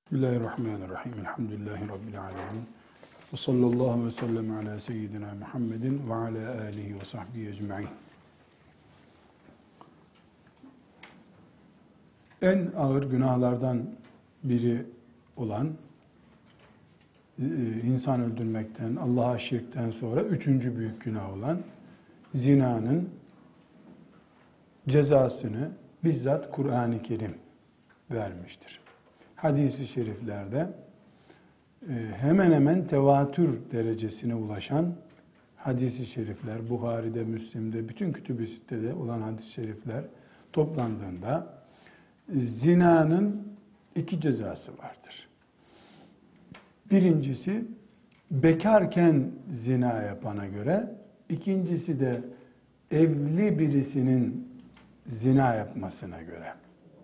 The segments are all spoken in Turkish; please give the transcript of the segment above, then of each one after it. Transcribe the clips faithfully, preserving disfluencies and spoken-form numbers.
Bismillahirrahmanirrahim. Elhamdülillahi Rabbil alemin. Ve sallallahu ve sellem ala seyyidina Muhammedin ve ala alihi ve sahbihi ecma'in. En ağır günahlardan biri olan insan öldürmekten, Allah'a şirkten sonra üçüncü büyük günah olan zinanın cezasını bizzat Kur'an-ı Kerim vermiştir. Hadis-i şeriflerde hemen hemen tevatür derecesine ulaşan hadis-i şerifler, Buhari'de, Müslim'de, bütün kütüb-i sittede olan hadis-i şerifler toplandığında zinanın iki cezası vardır. Birincisi bekarken zina yapana göre, ikincisi de evli birisinin zina yapmasına göre.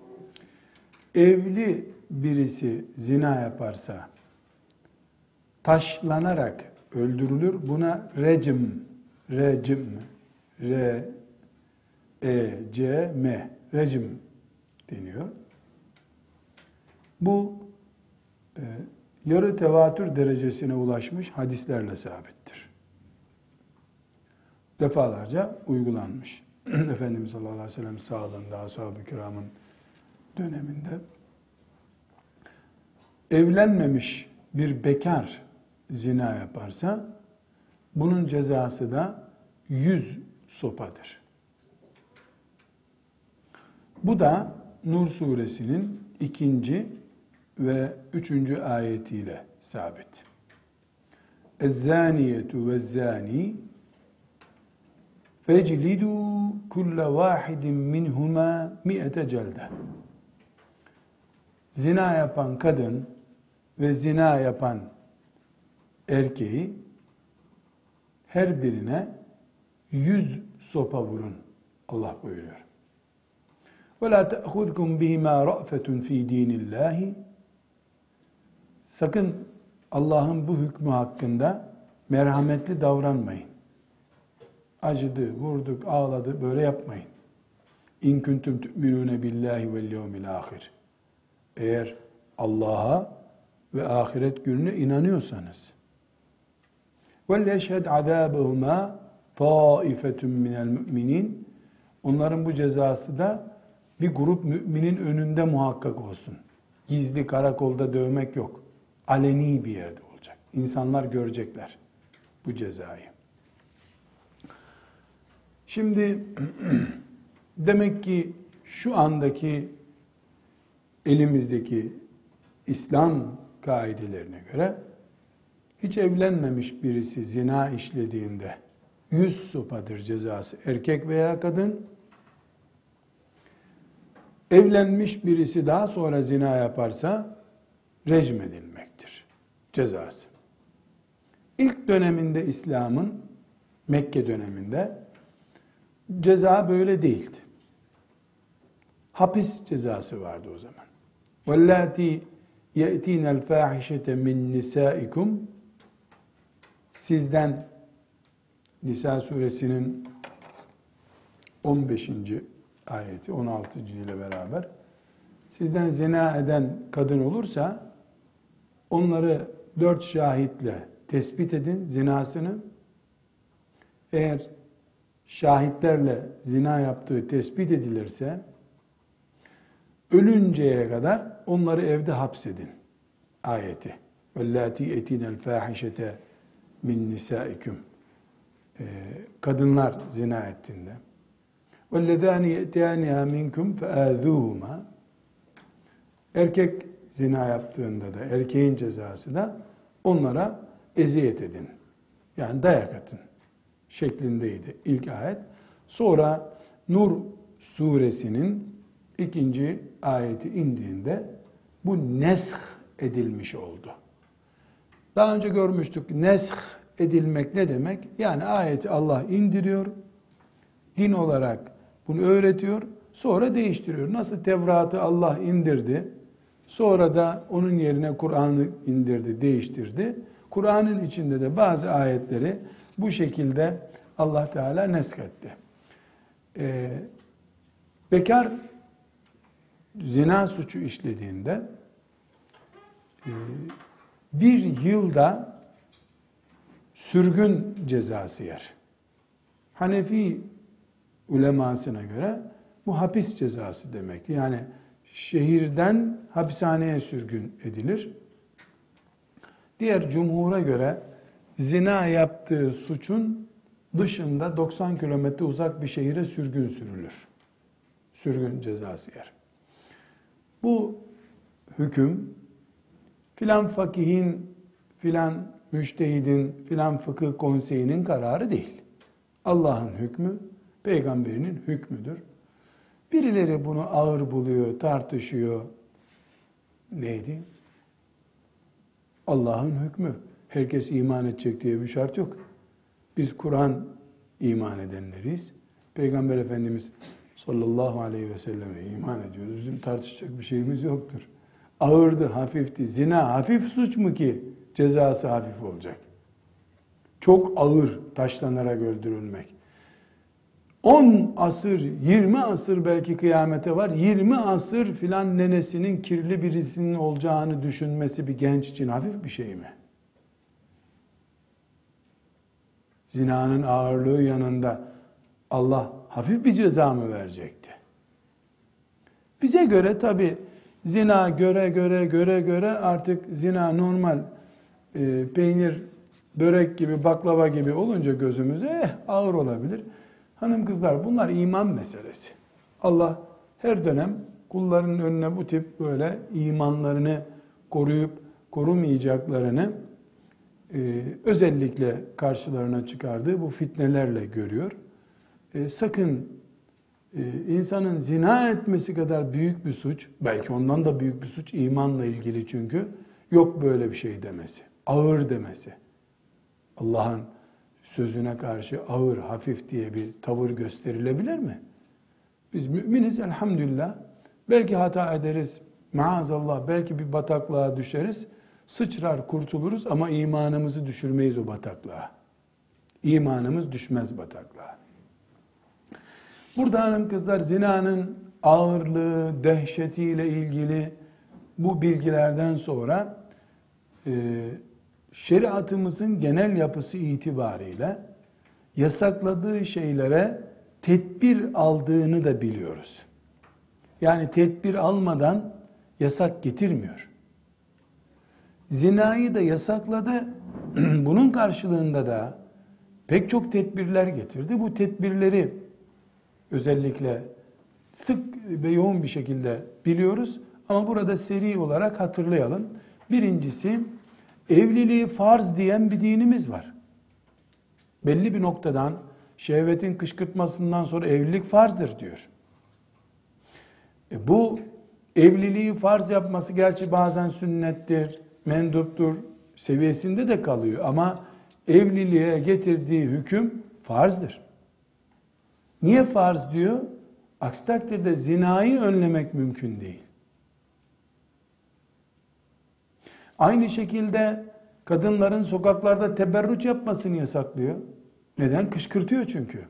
Evli birisi zina yaparsa taşlanarak öldürülür. Buna recm, recm, R, E, C, M, recm deniyor. Bu e, yarı tevatür derecesine ulaşmış hadislerle sabittir. Defalarca uygulanmış. Efendimiz sallallahu aleyhi ve sellem sağlığında, ashab-ı kiramın döneminde evlenmemiş bir bekar zina yaparsa bunun cezası da yüz sopadır. Bu da Nur suresinin ikinci ve üçüncü ayetiyle sabit. Ez-zaniyetu vez-zani feclidu kulle vahidin minhuma mi'ete celde. Zina yapan kadın ve zina yapan erkeği her birine yüz sopa vurun. Allah buyuruyor. وَلَا تَأْخُذْكُمْ بِهِمَا رَأْفَةٌ ف۪ي د۪ينِ اللّٰهِ. Sakın Allah'ın bu hükmü hakkında merhametli davranmayın. Acıdı, vurduk, ağladı, böyle yapmayın. اِنْ كُنْتُمْ تُؤْمِنُونَ بِاللّٰهِ وَالْيَوْمِ الْآخِرِ. Eğer Allah'a ve ahiret gününe inanıyorsanız. وَلْيَشْهَدْ عَذَابَهُمَا طَائِفَةٌ مِنَ الْمُؤْمِنِينَ. Onların bu cezası da bir grup müminin önünde muhakkak olsun. Gizli karakolda dövmek yok. Aleni bir yerde olacak. İnsanlar görecekler bu cezayı. Şimdi demek ki şu andaki elimizdeki İslam kaidelerine göre hiç evlenmemiş birisi zina işlediğinde yüz sopadır cezası, erkek veya kadın. Evlenmiş birisi daha sonra zina yaparsa recm edilmektir cezası. İlk döneminde İslam'ın, Mekke döneminde ceza böyle değildi. Hapis cezası vardı o zaman. وَاللَّاتِي يَأْتِينَ الْفَاحِشَةَ مِنْ نِسَائِكُمْ. Sizden, Nisa suresinin on beşinci ayeti, on altıncı ile beraber, sizden zina eden kadın olursa onları dört şahitle tespit edin zinasını. Eğer şahitlerle zina yaptığı tespit edilirse ölünceye kadar onları evde hapsedin ayeti. وَاللَّاتِي اَتِينَ الْفَاحِشَةَ مِنْ نِسَائِكُمْ. Kadınlar zina ettiğinde. وَالَّذَانِ يَأْتِيَانِهَا مِنْكُمْ فَآذُوهُمَا. Erkek zina yaptığında da erkeğin cezası da onlara eziyet edin. Yani dayak atın şeklindeydi ilk ayet. Sonra Nur suresinin ikinci ayeti indiğinde bu nesh edilmiş oldu. Daha önce görmüştük. Nesh edilmek ne demek? Yani ayeti Allah indiriyor, din olarak bunu öğretiyor, sonra değiştiriyor. Nasıl Tevrat'ı Allah indirdi, sonra da onun yerine Kur'an'ı indirdi, değiştirdi. Kur'an'ın içinde de bazı ayetleri bu şekilde Allah Teala nesk etti. Ee, bekar zina suçu işlediğinde e, bir yılda sürgün cezası yer. Hanefi ulemasına göre bu hapis cezası demek. Yani şehirden hapishaneye sürgün edilir. Diğer cumhura göre zina yaptığı suçun dışında doksan kilometre uzak bir şehire sürgün sürülür. Sürgün cezası yer. Bu hüküm filan fakihin, filan müştehidin, filan fıkıh konseyinin kararı değil. Allah'ın hükmü, peygamberinin hükmüdür. Birileri bunu ağır buluyor, tartışıyor. Neydi? Allah'ın hükmü. Herkes iman edecek diye bir şart yok. Biz Kur'an iman edenleriyiz. Peygamber Efendimiz sallallahu aleyhi ve selleme iman ediyoruz. Bizim tartışacak bir şeyimiz yoktur. Ağırdı, hafifti. Zina hafif suç mu ki cezası hafif olacak? Çok ağır taşlanarak öldürülmek. on asır, yirmi asır belki kıyamete var. yirmi asır filan nenesinin kirli birisinin olacağını düşünmesi bir genç için hafif bir şey mi? Zinanın ağırlığı yanında Allah hafif bir ceza mı verecekti? Bize göre tabi zina göre göre göre göre artık zina normal e, peynir, börek gibi, baklava gibi olunca gözümüze eh, ağır olabilir. Hanım kızlar bunlar iman meselesi. Allah her dönem kullarının önüne bu tip böyle imanlarını koruyup korumayacaklarını e, özellikle karşılarına çıkardığı bu fitnelerle görüyor. E, sakın e, insanın zina etmesi kadar büyük bir suç, belki ondan da büyük bir suç imanla ilgili çünkü, yok böyle bir şey demesi, ağır demesi. Allah'ın sözüne karşı ağır, hafif diye bir tavır gösterilebilir mi? Biz müminiz elhamdülillah. Belki hata ederiz, maazallah, belki bir bataklığa düşeriz, sıçrar kurtuluruz ama imanımızı düşürmeyiz o bataklığa. İmanımız düşmez bataklığa. Burada hanım kızlar zinanın ağırlığı, dehşetiyle ilgili bu bilgilerden sonra e, şeriatımızın genel yapısı itibariyle yasakladığı şeylere tedbir aldığını da biliyoruz. Yani tedbir almadan yasak getirmiyor. Zinayı da yasakladı. Bunun karşılığında da pek çok tedbirler getirdi. Bu tedbirleri özellikle sık ve yoğun bir şekilde biliyoruz. Ama burada seri olarak hatırlayalım. Birincisi, evliliği farz diyen bir dinimiz var. Belli bir noktadan şehvetin kışkırtmasından sonra evlilik farzdır diyor. E bu evliliği farz yapması gerçi bazen sünnettir, menduptur seviyesinde de kalıyor ama evliliğe getirdiği hüküm farzdır. Niye farz diyor? Aksi takdirde zinayı önlemek mümkün değil. Aynı şekilde kadınların sokaklarda teberrüç yapmasını yasaklıyor. Neden? Kışkırtıyor çünkü.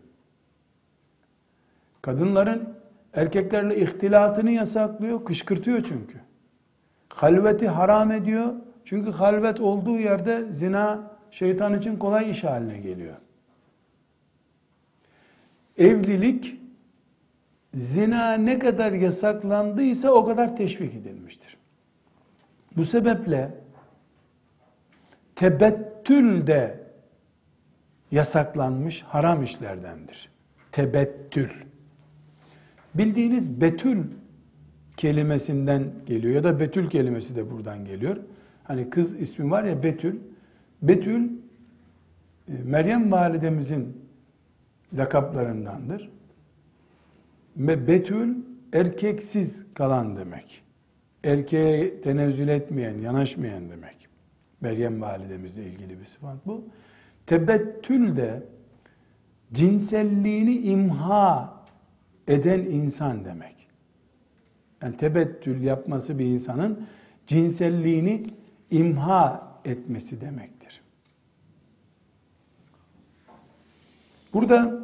Kadınların erkeklerle ihtilatını yasaklıyor, kışkırtıyor çünkü. Halveti haram ediyor. Çünkü halvet olduğu yerde zina şeytan için kolay iş haline geliyor. Evlilik zina ne kadar yasaklandıysa o kadar teşvik edilmiştir. Bu sebeple tebettül de yasaklanmış haram işlerdendir. Tebettül. Bildiğiniz betül kelimesinden geliyor ya da betül kelimesi de buradan geliyor. Hani kız ismi var ya Betül. Betül Meryem validemizin lakaplarındandır. Betül erkeksiz kalan demek. Erkeğe tenezzül etmeyen, yanaşmayan demek. Meryem validemizle ilgili bir sıfat bu. Tebettül de cinselliğini imha eden insan demek. Yani tebettül yapması bir insanın cinselliğini imha etmesi demektir. Burada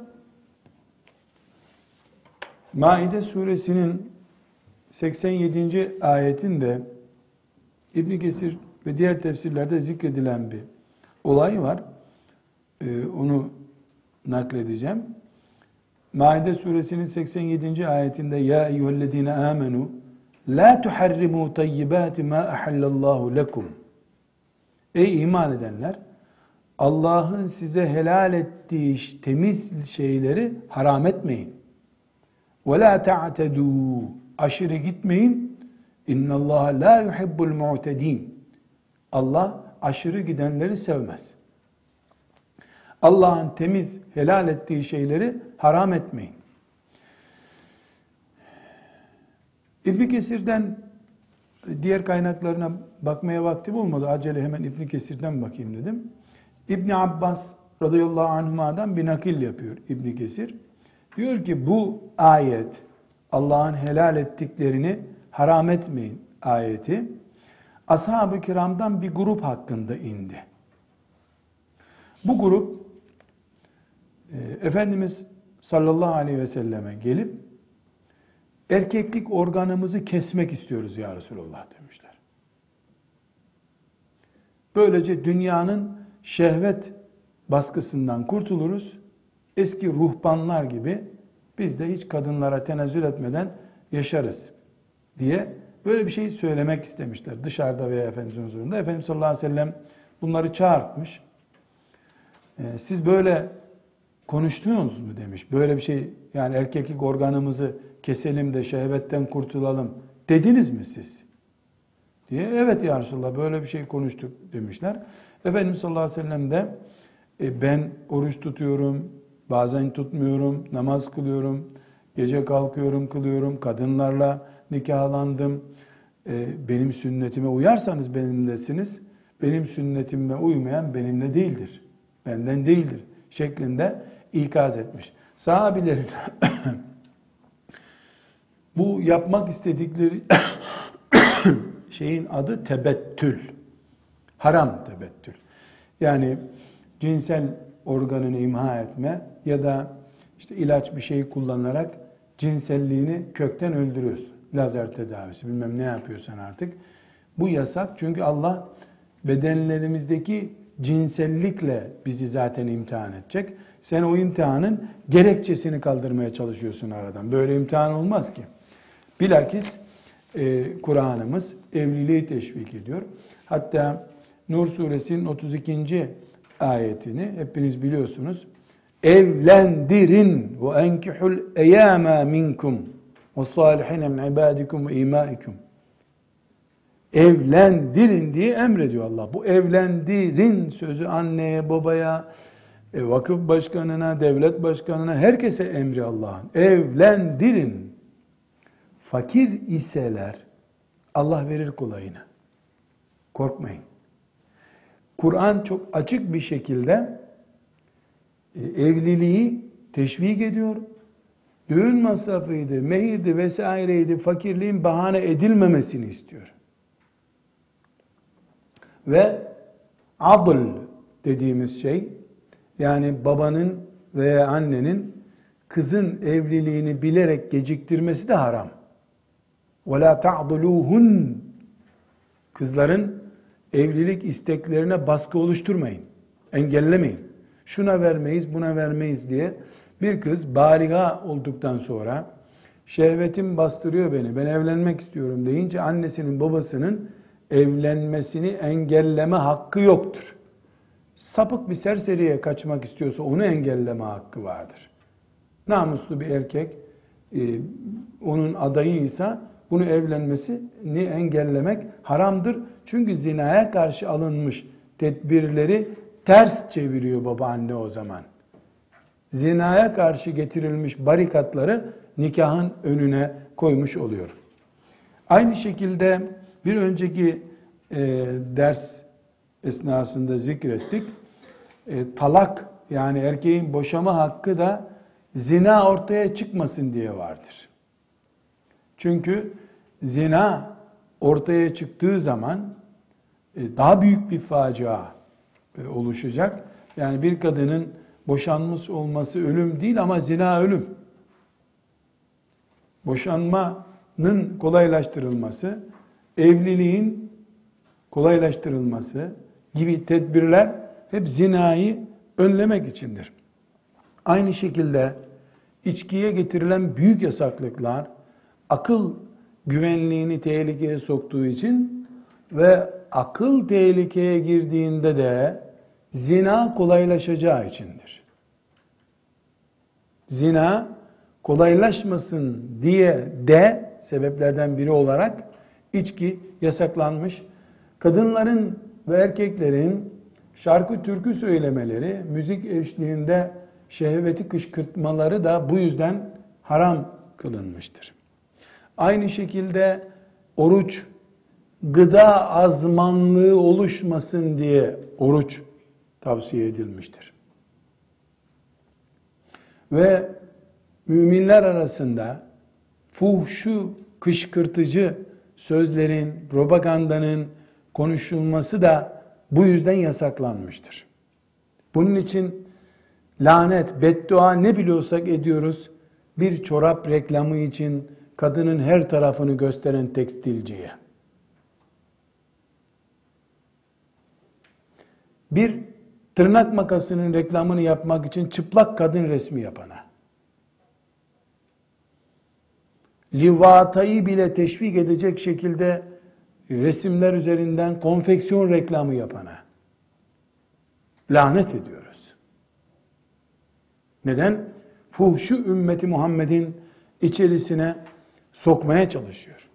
Maide suresinin seksen yedinci ayetinde İbn Kesir ve diğer tefsirlerde zikredilen bir olay var. Ee, onu nakledeceğim. Maide suresinin seksen yedinci ayetinde ya eyyühellezine amenu la tuharrimu tayyibati ma ahallallahu lekum. Ey iman edenler, Allah'ın size helal ettiği temiz şeyleri haram etmeyin. Ve la ta'tedû, aşırı gitmeyin. İnnallâhe la yuhibbul mu'tedîn. Allah aşırı gidenleri sevmez. Allah'ın temiz, helal ettiği şeyleri haram etmeyin. İbn Kesir'den diğer kaynaklarına bakmaya vaktim olmadı. Acele hemen İbn Kesir'den bakayım dedim. İbn Abbas radıyallahu anhuma'dan bir nakil yapıyor İbn Kesir. Diyor ki bu ayet, Allah'ın helal ettiklerini haram etmeyin ayeti, ashab-ı kiramdan bir grup hakkında indi. Bu grup Efendimiz sallallahu aleyhi ve selleme gelip erkeklik organımızı kesmek istiyoruz ya Resulallah demişler. Böylece dünyanın şehvet baskısından kurtuluruz. Eski ruhbanlar gibi biz de hiç kadınlara tenezzül etmeden yaşarız diye böyle bir şey söylemek istemişler. Dışarıda veya Efendimiz'in huzurunda. Efendimiz sallallahu aleyhi ve sellem bunları çağırtmış. Ee, siz böyle konuştunuz mu demiş. Böyle bir şey, yani erkeklik organımızı keselim de şehvetten kurtulalım dediniz mi siz? Diye evet ya Resulallah böyle bir şey konuştuk demişler. Efendimiz sallallahu aleyhi ve sellem de e, ben oruç tutuyorum, bazen tutmuyorum, namaz kılıyorum, gece kalkıyorum, kılıyorum, kadınlarla nikahlandım. E, benim sünnetime uyarsanız benimlesiniz, benim sünnetime uymayan benimle değildir, benden değildir şeklinde ikaz etmiş. Sahabilerin bu yapmak istedikleri şeyin adı tebettül. Haram tebettül. Yani cinsel organını imha etme ya da işte ilaç bir şey kullanarak cinselliğini kökten öldürüyorsun. Lazer tedavisi bilmem ne yapıyorsan artık. Bu yasak çünkü Allah bedenlerimizdeki cinsellikle bizi zaten imtihan edecek. Sen o imtihanın gerekçesini kaldırmaya çalışıyorsun aradan. Böyle imtihan olmaz ki. Bilakis e, Kur'an'ımız evliliği teşvik ediyor. Hatta Nur suresinin otuz ikinci ayetini hepiniz biliyorsunuz. Evlendirin ve enkihul eyyama minkum ve salihine min ibadikum ve imaikum. Evlendirin diye emrediyor Allah. Bu evlendirin sözü anneye, babaya, vakıf başkanına, devlet başkanına, herkese emri Allah'ın. Evlendirin. Fakir iseler Allah verir kolayına. Korkmayın. Kur'an çok açık bir şekilde evliliği teşvik ediyor. Düğün masrafıydı, mehirdi vesaireydi, fakirliğin bahane edilmemesini istiyor. Ve adl dediğimiz şey, yani babanın veya annenin kızın evliliğini bilerek geciktirmesi de haram. وَلَا تَعْضُلُوهُنْ Kızların evlilik isteklerine baskı oluşturmayın. Engellemeyin. Şuna vermeyiz, buna vermeyiz diye. Bir kız baliga olduktan sonra şehvetim bastırıyor beni, ben evlenmek istiyorum deyince annesinin babasının evlenmesini engelleme hakkı yoktur. Sapık bir serseriye kaçmak istiyorsa onu engelleme hakkı vardır. Namuslu bir erkek e, onun adayıysa bunu evlenmesini engellemek haramdır. Çünkü zinaya karşı alınmış tedbirleri ters çeviriyor babaanne o zaman. Zinaya karşı getirilmiş barikatları nikahın önüne koymuş oluyor. Aynı şekilde bir önceki e, ders esnasında zikrettik. E, talak, yani erkeğin boşama hakkı da zina ortaya çıkmasın diye vardır. Çünkü zina ortaya çıktığı zaman e, daha büyük bir facia e, oluşacak. Yani bir kadının boşanmış olması ölüm değil ama zina ölüm. Boşanmanın kolaylaştırılması, evliliğin kolaylaştırılması gibi tedbirler hep zinayı önlemek içindir. Aynı şekilde içkiye getirilen büyük yasaklıklar akıl güvenliğini tehlikeye soktuğu için ve akıl tehlikeye girdiğinde de zina kolaylaşacağı içindir. Zina kolaylaşmasın diye de sebeplerden biri olarak içki yasaklanmış. Kadınların ve erkeklerin şarkı türkü söylemeleri, müzik eşliğinde şehveti kışkırtmaları da bu yüzden haram kılınmıştır. Aynı şekilde oruç, gıda azmanlığı oluşmasın diye oruç tavsiye edilmiştir. Ve müminler arasında fuhşu kışkırtıcı sözlerin, propagandanın konuşulması da bu yüzden yasaklanmıştır. Bunun için lanet, beddua ne biliyorsak ediyoruz. Bir çorap reklamı için kadının her tarafını gösteren tekstilciye. Bir tırnak makasının reklamını yapmak için çıplak kadın resmi yapana. Livatayı bile teşvik edecek şekilde resimler üzerinden konfeksiyon reklamı yapana lanet ediyoruz. Neden? Fuhşu ümmeti Muhammed'in içerisine sokmaya çalışıyor.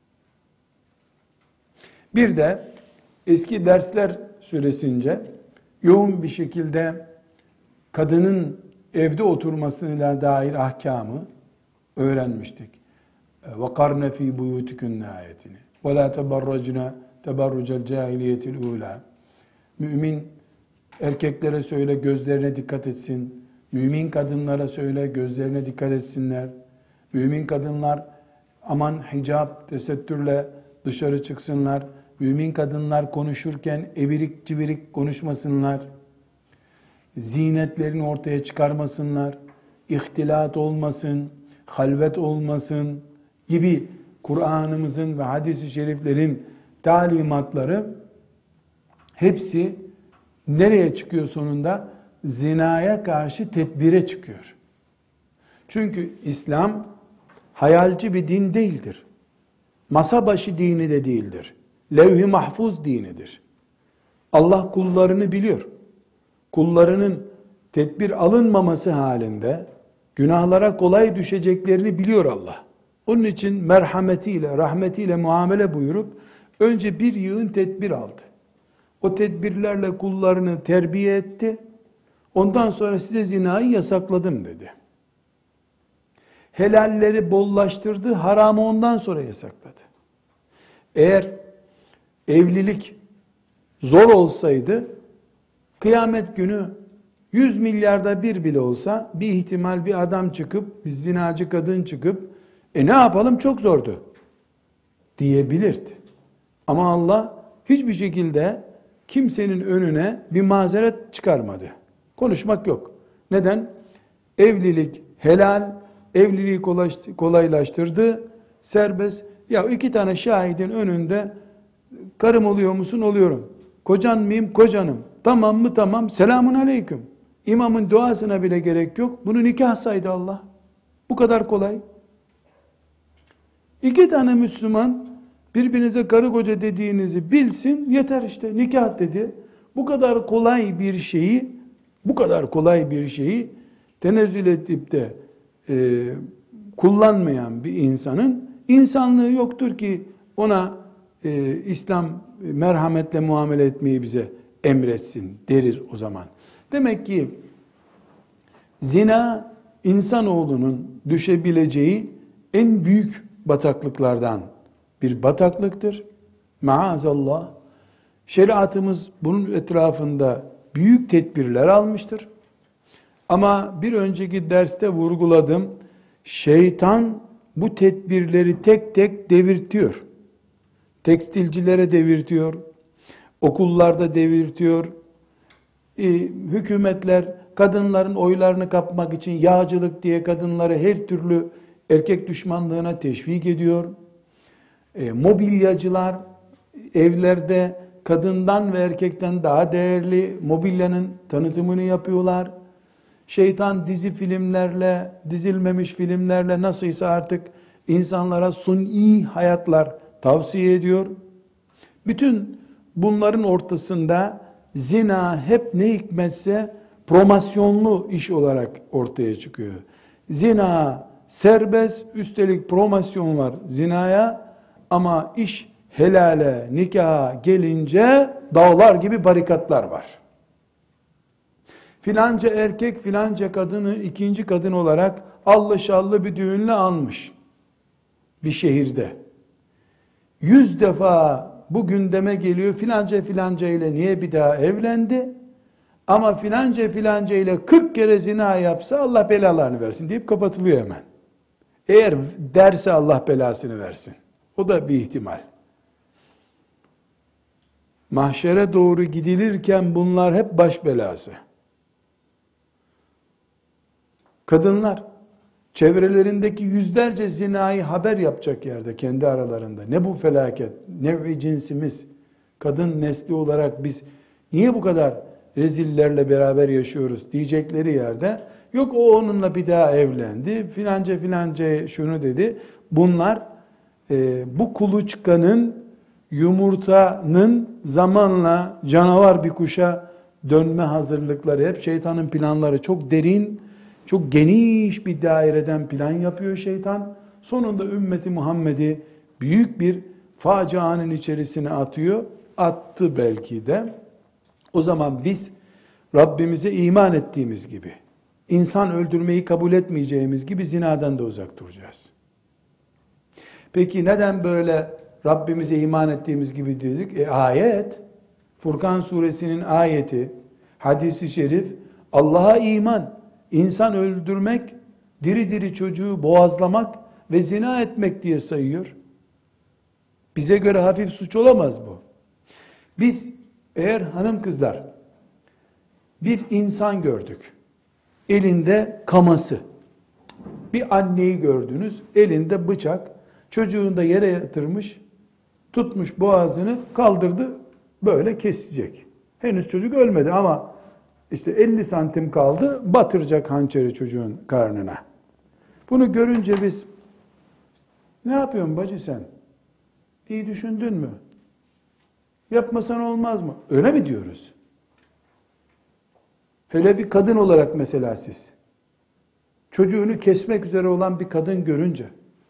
Bir de eski dersler süresince yoğun bir şekilde kadının evde oturmasıyla dair ahkamı öğrenmiştik. وَقَرْنَ ف۪ي بُيُوتِكُنَّ ayetini. وَلَا تَبَرَّجْنَا تَبَرُّجَ الْجَاهِلِيَةِ الْعُولَى. Mümin erkeklere söyle gözlerine dikkat etsin. Mümin kadınlara söyle gözlerine dikkat etsinler. Mümin kadınlar aman hicap, tesettürle dışarı çıksınlar. Mümin kadınlar konuşurken evirik civirik konuşmasınlar. Zinetlerini ortaya çıkarmasınlar. İhtilat olmasın, halvet olmasın gibi Kur'an'ımızın ve hadis-i şeriflerin talimatları hepsi nereye çıkıyor sonunda? Zinaya karşı tedbire çıkıyor. Çünkü İslam hayalci bir din değildir. Masa başı dini de değildir. Levh-i mahfuz dinidir. Allah kullarını biliyor. Kullarının tedbir alınmaması halinde günahlara kolay düşeceklerini biliyor Allah. Onun için merhametiyle, rahmetiyle muamele buyurup önce bir yığın tedbir aldı. O tedbirlerle kullarını terbiye etti. Ondan sonra size zinayı yasakladım dedi. Helalleri bollaştırdı, haramı ondan sonra yasakladı. Eğer evlilik zor olsaydı, kıyamet günü yüz milyarda bir bile olsa bir ihtimal bir adam çıkıp, bir zinacı kadın çıkıp, e ne yapalım çok zordu diyebilirdi. Ama Allah hiçbir şekilde kimsenin önüne bir mazeret çıkarmadı. Konuşmak yok. Neden? Evlilik helal, evliliği kolaylaştırdı, serbest. Ya iki tane şahidin önünde karım oluyor musun? Oluyorum. Kocan mıyım? Kocanım. Tamam mı? Tamam. Selamun aleyküm. İmamın duasına bile gerek yok. Bunu nikah saydı Allah. Bu kadar kolay. İki tane Müslüman birbirinize karı koca dediğinizi bilsin, yeter işte. Nikah dedi. Bu kadar kolay bir şeyi, bu kadar kolay bir şeyi tenezzül edip de e, kullanmayan bir insanın insanlığı yoktur ki ona e, İslam merhametle muamele etmeyi bize emretsin deriz o zaman. Demek ki zina insanoğlunun düşebileceği en büyük bataklıklardan bir bataklıktır. Maazallah. Şeriatımız bunun etrafında büyük tedbirler almıştır. Ama bir önceki derste vurguladım. Şeytan bu tedbirleri tek tek devirtiyor. Tekstilcilere devirtiyor. Okullarda devirtiyor. Ee, hükümetler kadınların oylarını kapmak için yağcılık diye kadınları her türlü erkek düşmanlığına teşvik ediyor. E, mobilyacılar evlerde kadından ve erkekten daha değerli mobilyanın tanıtımını yapıyorlar. Şeytan dizi filmlerle, dizilmemiş filmlerle nasılsa artık insanlara suni hayatlar tavsiye ediyor. Bütün bunların ortasında zina hep ne hikmetse promosyonlu iş olarak ortaya çıkıyor. Zina serbest, üstelik promosyon var zinaya, ama iş helale, nikaha gelince dağlar gibi barikatlar var. Filanca erkek filanca kadını ikinci kadın olarak allı şallı bir düğünle almış bir şehirde. Yüz defa bu gündeme geliyor, filanca filanca ile niye bir daha evlendi? Ama filanca filanca ile kırk kere zina yapsa Allah belalarını versin deyip kapatılıyor hemen. Eğer derse Allah belasını versin. O da bir ihtimal. Mahşere doğru gidilirken bunlar hep baş belası. Kadınlar çevrelerindeki yüzlerce zinayı haber yapacak yerde kendi aralarında. Ne bu felaket, nev'i cinsimiz, kadın nesli olarak biz niye bu kadar rezillerle beraber yaşıyoruz diyecekleri yerde, yok o onunla bir daha evlendi, filanca filanca şunu dedi. Bunlar e, bu kuluçkanın, yumurtanın zamanla canavar bir kuşa dönme hazırlıkları, hep şeytanın planları, çok derin, çok geniş bir daireden plan yapıyor şeytan. Sonunda ümmeti Muhammed'i büyük bir facianın içerisine atıyor. Attı belki de. O zaman biz Rabbimize iman ettiğimiz gibi, insan öldürmeyi kabul etmeyeceğimiz gibi zinadan da uzak duracağız. Peki neden böyle Rabbimize iman ettiğimiz gibi dedik? E ayet, Furkan suresinin ayeti, hadisi şerif, Allah'a iman, insan öldürmek, diri diri çocuğu boğazlamak ve zina etmek diye sayıyor. Bize göre hafif suç olamaz bu. Biz eğer hanım kızlar bir insan gördük, elinde kaması, bir anneyi gördünüz, elinde bıçak, çocuğunu da yere yatırmış, tutmuş boğazını, kaldırdı, böyle kesecek. Henüz çocuk ölmedi ama işte elli santim kaldı, batıracak hançeri çocuğun karnına. Bunu görünce biz, ne yapıyorsun bacı sen? İyi düşündün mü? Yapmasan olmaz mı? Öyle mi diyoruz? Hele bir kadın olarak mesela siz, çocuğunu kesmek üzere olan bir kadın görünce,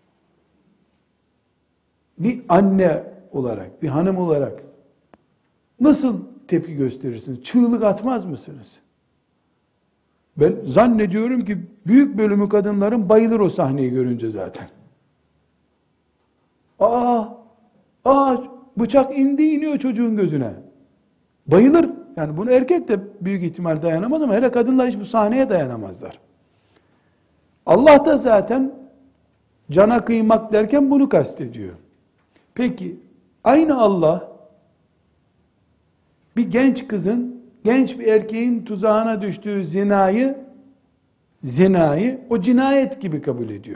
bir anne olarak, bir hanım olarak nasıl tepki gösterirsiniz? Çığlık atmaz mısınız? Ben zannediyorum ki büyük bölümü kadınların bayılır o sahneyi görünce zaten. Aa, aa bıçak indi iniyor çocuğun gözüne. Bayılır. Yani bunu erkek de büyük ihtimal dayanamaz ama hele kadınlar hiç bu sahneye dayanamazlar. Allah da zaten cana kıymak derken bunu kastediyor. Peki aynı Allah bir genç kızın, genç bir erkeğin tuzağına düştüğü zinayı, zinayı o cinayet gibi kabul ediyor.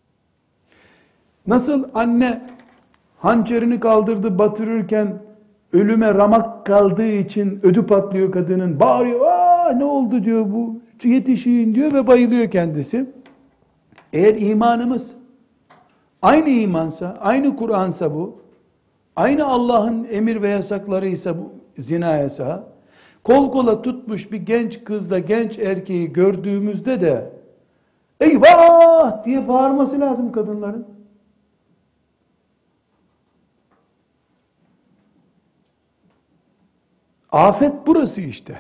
Nasıl anne hançerini kaldırdı batırırken ölüme ramak kaldığı için ödü patlıyor kadının, bağırıyor, aa ne oldu diyor, bu yetişin diyor ve bayılıyor kendisi. Eğer imanımız aynı imansa, aynı Kur'ansa bu, aynı Allah'ın emir ve yasaklarıysa bu zina yasağı, kol kola tutmuş bir genç kızla genç erkeği gördüğümüzde de eyvah diye bağırması lazım kadınların. Afet burası işte.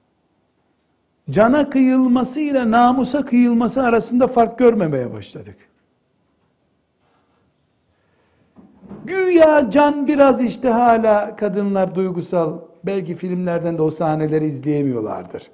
Cana kıyılmasıyla namusa kıyılması arasında fark görmemeye başladık. Güya can biraz işte hala kadınlar duygusal, belki filmlerden de o sahneleri izleyemiyorlardır.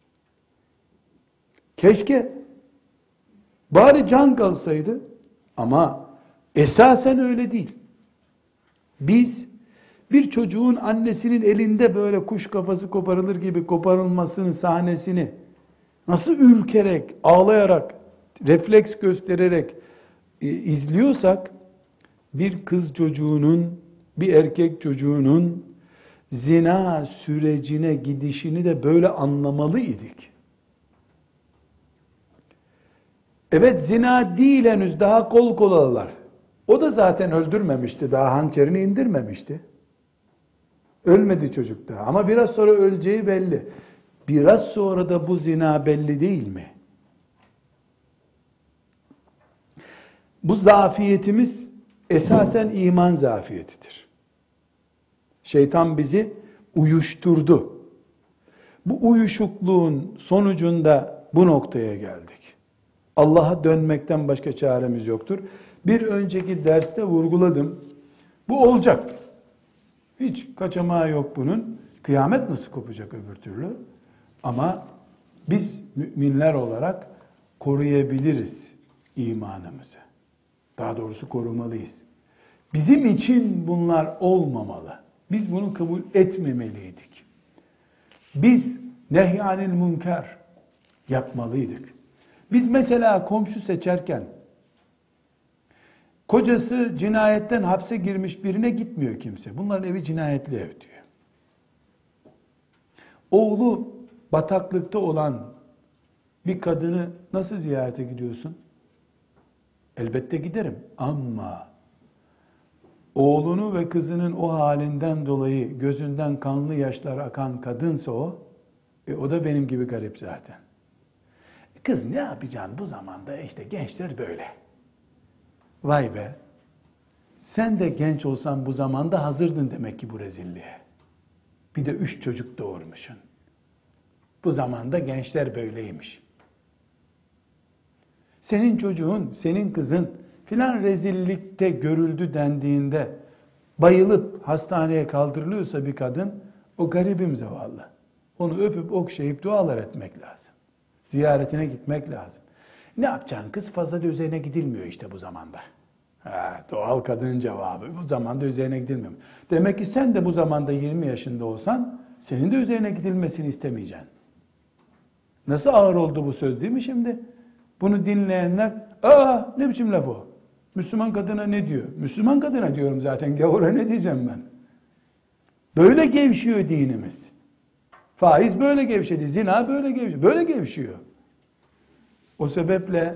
Keşke bari can kalsaydı ama esasen öyle değil. Biz bir çocuğun annesinin elinde böyle kuş kafası koparılır gibi koparılmasının sahnesini nasıl ürkerek, ağlayarak, refleks göstererek e, izliyorsak, bir kız çocuğunun, bir erkek çocuğunun zina sürecine gidişini de böyle anlamalıydık. Evet, zina değil henüz, daha kol kolalar. O da zaten öldürmemişti, daha hançerini indirmemişti. Ölmedi çocuk daha ama biraz sonra öleceği belli. Biraz sonra da bu zina belli değil mi? Bu zafiyetimiz esasen iman zafiyetidir. Şeytan bizi uyuşturdu. Bu uyuşukluğun sonucunda bu noktaya geldik. Allah'a dönmekten başka çaremiz yoktur. Bir önceki derste vurguladım. Bu olacak. Hiç kaçamağı yok bunun. Kıyamet nasıl kopacak öbür türlü? Ama biz müminler olarak koruyabiliriz imanımızı. Daha doğrusu korumalıyız. Bizim için bunlar olmamalı. Biz bunu kabul etmemeliydik. Biz nehyanil münker yapmalıydık. Biz mesela komşu seçerken kocası cinayetten hapse girmiş birine gitmiyor kimse. Bunların evi cinayetli ev diyor. Oğlu bataklıkta olan bir kadını nasıl ziyarete gidiyorsun? Elbette giderim ama oğlunu ve kızının o halinden dolayı gözünden kanlı yaşlar akan kadınsa o, e, o da benim gibi garip zaten. Kız ne yapacaksın bu zamanda, işte gençler böyle. Vay be, sen de genç olsan bu zamanda hazırdın demek ki bu rezilliğe. Bir de üç çocuk doğurmuşsun. Bu zamanda gençler böyleymiş. Senin çocuğun, senin kızın filan rezillikte görüldü dendiğinde bayılıp hastaneye kaldırılıyorsa bir kadın, o garibim zavallı. Onu öpüp okşayıp dualar etmek lazım. Ziyaretine gitmek lazım. Ne yapacaksın kız? Fazla da üzerine gidilmiyor işte bu zamanda. Ha, doğal kadın cevabı. Bu zamanda üzerine gidilmiyor. Demek ki sen de bu zamanda yirmi yaşında olsan senin de üzerine gidilmesini istemeyeceksin. Nasıl ağır oldu bu söz değil mi şimdi? Bunu dinleyenler, aa ne biçim laf o? Müslüman kadına ne diyor? Müslüman kadına diyorum zaten, gavura ne diyeceğim ben? Böyle gevşiyor dinimiz. Faiz böyle gevşedi, zina böyle gevşiyor. Böyle gevşiyor. O sebeple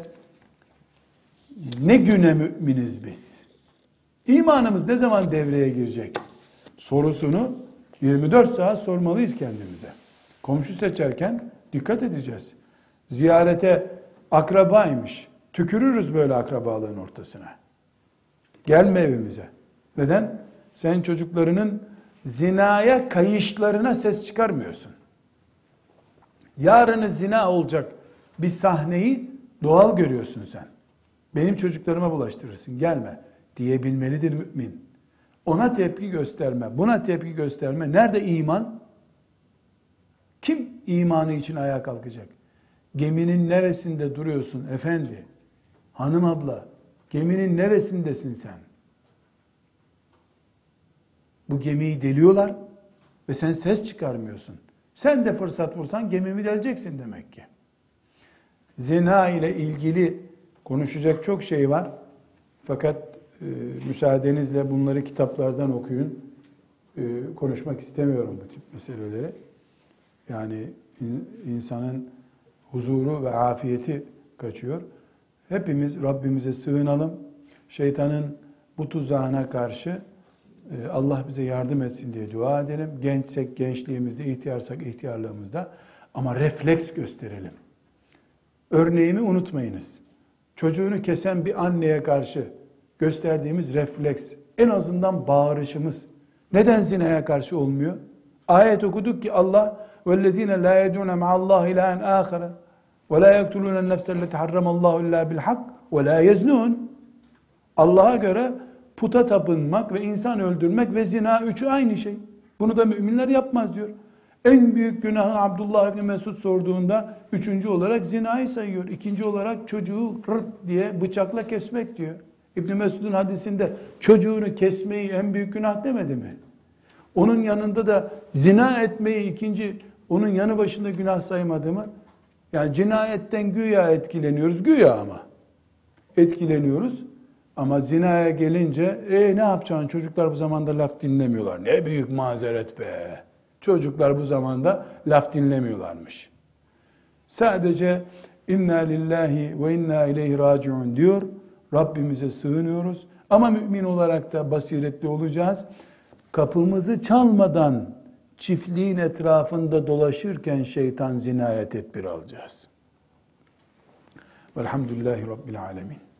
ne güne müminiz biz? İmanımız ne zaman devreye girecek? Sorusunu yirmi dört saat sormalıyız kendimize. Komşu seçerken dikkat edeceğiz. Ziyarete akrabaymış. Tükürürüz böyle akrabalığın ortasına. Gelme evimize. Neden? Sen çocuklarının zinaya kayışlarına ses çıkarmıyorsun. Yarını zina olacak bir sahneyi doğal görüyorsun sen. Benim çocuklarıma bulaştırırsın, gelme diyebilmelidir mümin. Ona tepki gösterme, buna tepki gösterme. Nerede iman? Kim imanı için ayağa kalkacak? Geminin neresinde duruyorsun efendi? Hanım abla, geminin neresindesin sen? Bu gemiyi deliyorlar ve sen ses çıkarmıyorsun. Sen de fırsat vursan gemimi deleceksin demek ki. Zina ile ilgili konuşacak çok şey var. Fakat e, müsaadenizle bunları kitaplardan okuyun. E, konuşmak istemiyorum bu tip meseleleri. Yani in, insanın huzuru ve afiyeti kaçıyor. Hepimiz Rabbimize sığınalım. Şeytanın bu tuzağına karşı e, Allah bize yardım etsin diye dua edelim. Gençsek gençliğimizde, ihtiyarsak ihtiyarlığımızda. Ama refleks gösterelim. Örneğimi unutmayınız. Çocuğunu kesen bir anneye karşı gösterdiğimiz refleks, en azından bağırışımız neden zinaya karşı olmuyor? Ayet okuduk ki Allah وَالَّذ۪ينَ لَا يَدُونَ مَعَ اللّٰهِ اِلَٰهًا آخَرَ وَلَا يَقْتُلُونَ النَّفْسَ الَّتِي حَرَّمَ اللّٰهُ اِلَّا بِالْحَقِّ وَلَا يَزْنُونَ. Allah'a göre puta tapınmak ve insan öldürmek ve zina üçü aynı şey. Bunu da müminler yapmaz diyor. En büyük günahı Abdullah İbni Mesud sorduğunda üçüncü olarak zinayı sayıyor. İkinci olarak çocuğu rırt diye bıçakla kesmek diyor. İbni Mesud'un hadisinde çocuğunu kesmeyi en büyük günah demedi mi? Onun yanında da zina etmeyi ikinci, onun yanı başında günah saymadı mı? Yani cinayetten güya etkileniyoruz, güya ama etkileniyoruz. Ama zinaya gelince e ne yapacaksın? Çocuklar bu zamanda laf dinlemiyorlar. Ne büyük mazeret be. Çocuklar bu zamanda laf dinlemiyorlarmış. Sadece inna lillahi ve inna ileyhi raciun diyor. Rabbimize sığınıyoruz. Ama mümin olarak da basiretli olacağız. Kapımızı çalmadan çiftliğin etrafında dolaşırken şeytan zinaya tedbir alacağız. Velhamdülillahi Rabbil alemin.